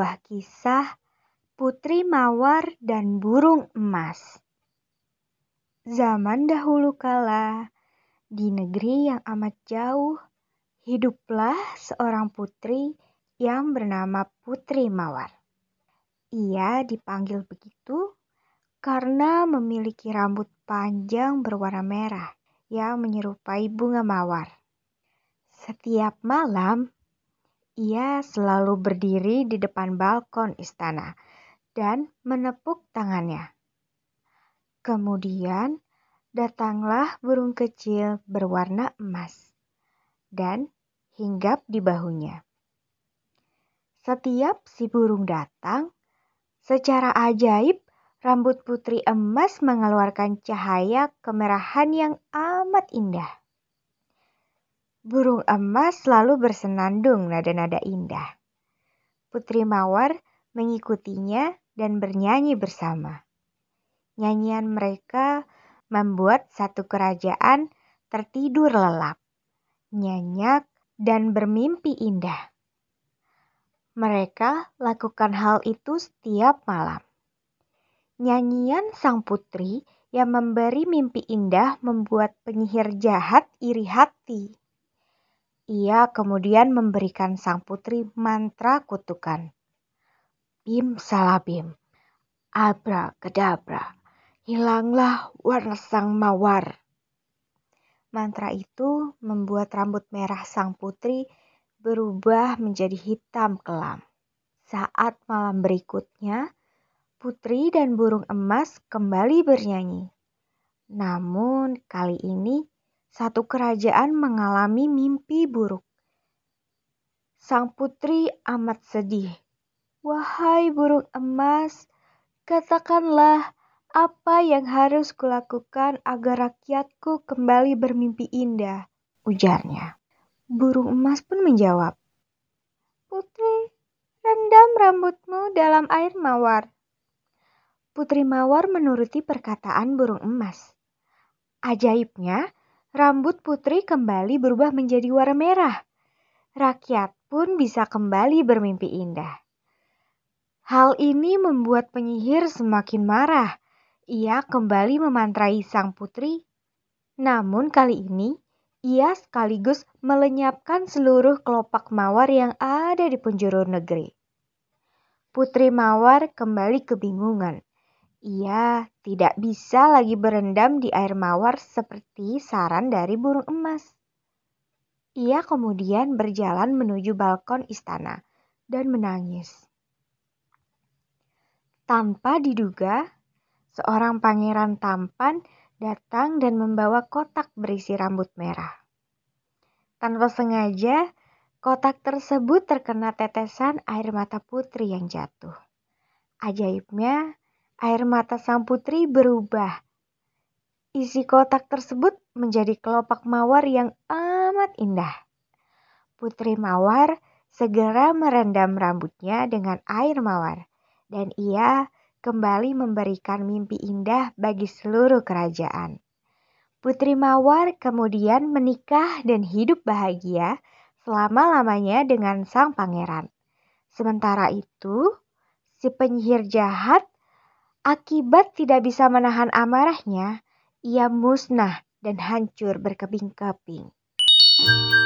sebuah kisah Putri Mawar dan Burung Emas. Zaman dahulu kala, di negeri yang amat jauh, hiduplah seorang putri yang bernama Putri Mawar. Ia dipanggil begitu karena memiliki rambut panjang berwarna merah yang menyerupai bunga mawar. Setiap malam, ia selalu berdiri di depan balkon istana dan menepuk tangannya. Kemudian datanglah burung kecil berwarna emas dan hinggap di bahunya. Setiap si burung datang, secara ajaib rambut putri emas mengeluarkan cahaya kemerahan yang amat indah. Burung emas selalu bersenandung nada-nada indah. Putri Mawar mengikutinya dan bernyanyi bersama. Nyanyian mereka membuat satu kerajaan tertidur lelap, nyenyak, dan bermimpi indah. Mereka lakukan hal itu setiap malam. Nyanyian sang putri yang memberi mimpi indah membuat penyihir jahat iri hati. Ia kemudian memberikan sang putri mantra kutukan. Bim salabim, abrakadabra, hilanglah warna sang mawar. Mantra itu membuat rambut merah sang putri berubah menjadi hitam kelam. Saat malam berikutnya, putri dan burung emas kembali bernyanyi. Namun kali ini satu kerajaan mengalami mimpi buruk. Sang putri amat sedih. Wahai burung emas, katakanlah apa yang harus kulakukan agar rakyatku kembali bermimpi indah, ujarnya. Burung emas pun menjawab, Putri, rendam rambutmu dalam air mawar. Putri Mawar menuruti perkataan burung emas. Ajaibnya, rambut putri kembali berubah menjadi warna merah. Rakyat pun bisa kembali bermimpi indah. Hal ini membuat penyihir semakin marah. Ia kembali memantrai sang putri. Namun kali ini, ia sekaligus melenyapkan seluruh kelopak mawar yang ada di penjuru negeri. Putri Mawar kembali kebingungan. Ia tidak bisa lagi berendam di air mawar seperti saran dari burung emas. Ia kemudian berjalan menuju balkon istana dan menangis. Tanpa diduga, seorang pangeran tampan datang dan membawa kotak berisi rambut merah. Tanpa sengaja, kotak tersebut terkena tetesan air mata putri yang jatuh. Ajaibnya, air mata sang putri berubah. Isi kotak tersebut menjadi kelopak mawar yang amat indah. Putri Mawar segera merendam rambutnya dengan air mawar. Dan ia kembali memberikan mimpi indah bagi seluruh kerajaan. Putri Mawar kemudian menikah dan hidup bahagia selama-lamanya dengan sang pangeran. Sementara itu, si penyihir jahat akibat tidak bisa menahan amarahnya, ia musnah dan hancur berkeping-keping.